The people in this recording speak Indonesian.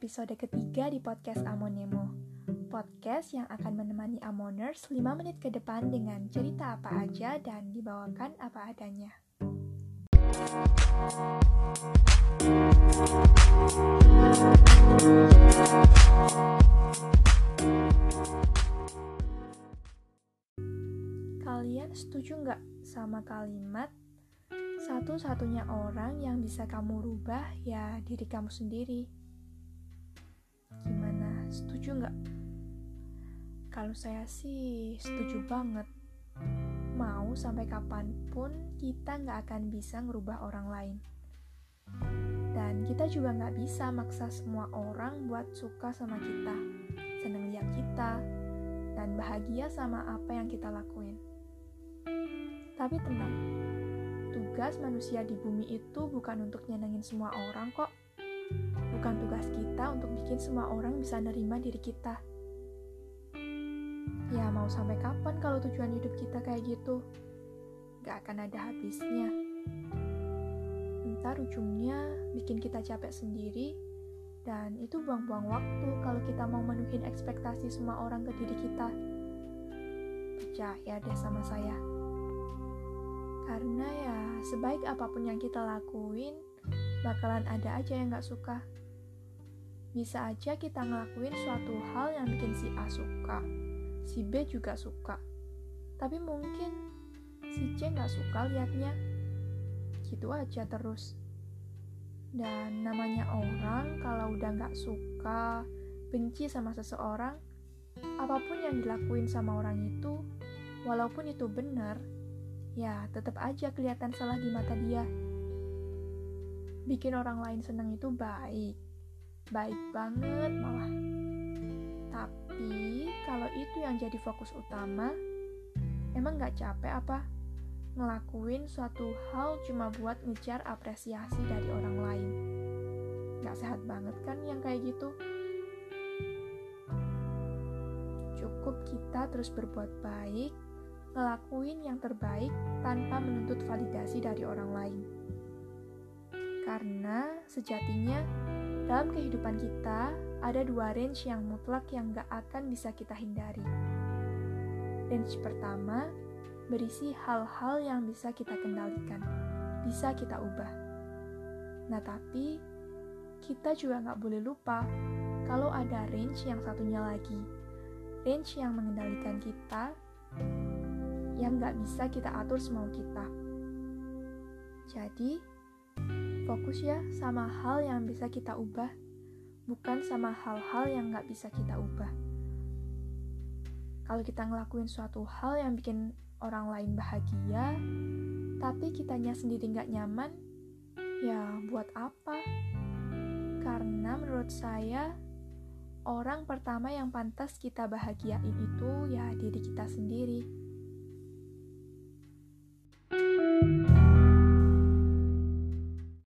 episode ketiga di podcast Amonemo. Podcast yang akan menemani Amoners 5 menit ke depan dengan cerita apa aja dan dibawakan apa adanya. Kalian setuju nggak sama kalimat satu-satunya orang yang bisa kamu rubah ya diri kamu sendiri? Gimana, setuju nggak? Kalau saya sih setuju banget. Mau sampai kapanpun kita nggak akan bisa ngerubah orang lain. Dan kita juga nggak bisa maksa semua orang buat suka sama kita, seneng lihat kita, dan bahagia sama apa yang kita lakuin. Tapi tenang, tugas manusia di bumi itu bukan untuk nyenengin semua orang kok. Bukan tugas kita untuk bikin semua orang bisa nerima diri kita. Ya mau sampai kapan kalau tujuan hidup kita kayak gitu? Gak akan ada habisnya. Ntar ujungnya bikin kita capek sendiri, dan itu buang-buang waktu kalau kita mau menuhin ekspektasi semua orang ke diri kita. Percaya deh sama saya. Karena ya sebaik apapun yang kita lakuin, bakalan ada aja yang gak suka. Bisa aja kita ngelakuin suatu hal yang bikin si A suka, si B juga suka. Tapi mungkin si C gak suka liatnya. Gitu aja terus. Dan namanya orang kalau udah gak suka, benci sama seseorang, apapun yang dilakuin sama orang itu, walaupun itu benar, ya tetap aja kelihatan salah di mata dia. Bikin orang lain seneng itu baik banget malah. Tapi kalau itu yang jadi fokus utama, emang gak capek apa? Ngelakuin suatu hal cuma buat ngejar apresiasi dari orang lain. Gak sehat banget kan yang kayak gitu? Cukup kita terus berbuat baik, ngelakuin yang terbaik tanpa menuntut validasi dari orang lain. Karena sejatinya dalam kehidupan kita ada dua range yang mutlak yang gak akan bisa kita hindari. Range pertama berisi hal-hal yang bisa kita kendalikan, bisa kita ubah. Nah tapi kita juga gak boleh lupa kalau ada range yang satunya lagi, range yang mengendalikan kita, yang gak bisa kita atur semau kita. Jadi, fokus ya sama hal yang bisa kita ubah, bukan sama hal-hal yang gak bisa kita ubah. Kalau kita ngelakuin suatu hal yang bikin orang lain bahagia, tapi kitanya sendiri gak nyaman, ya buat apa? Karena menurut saya, orang pertama yang pantas kita bahagiain itu ya diri kita sendiri.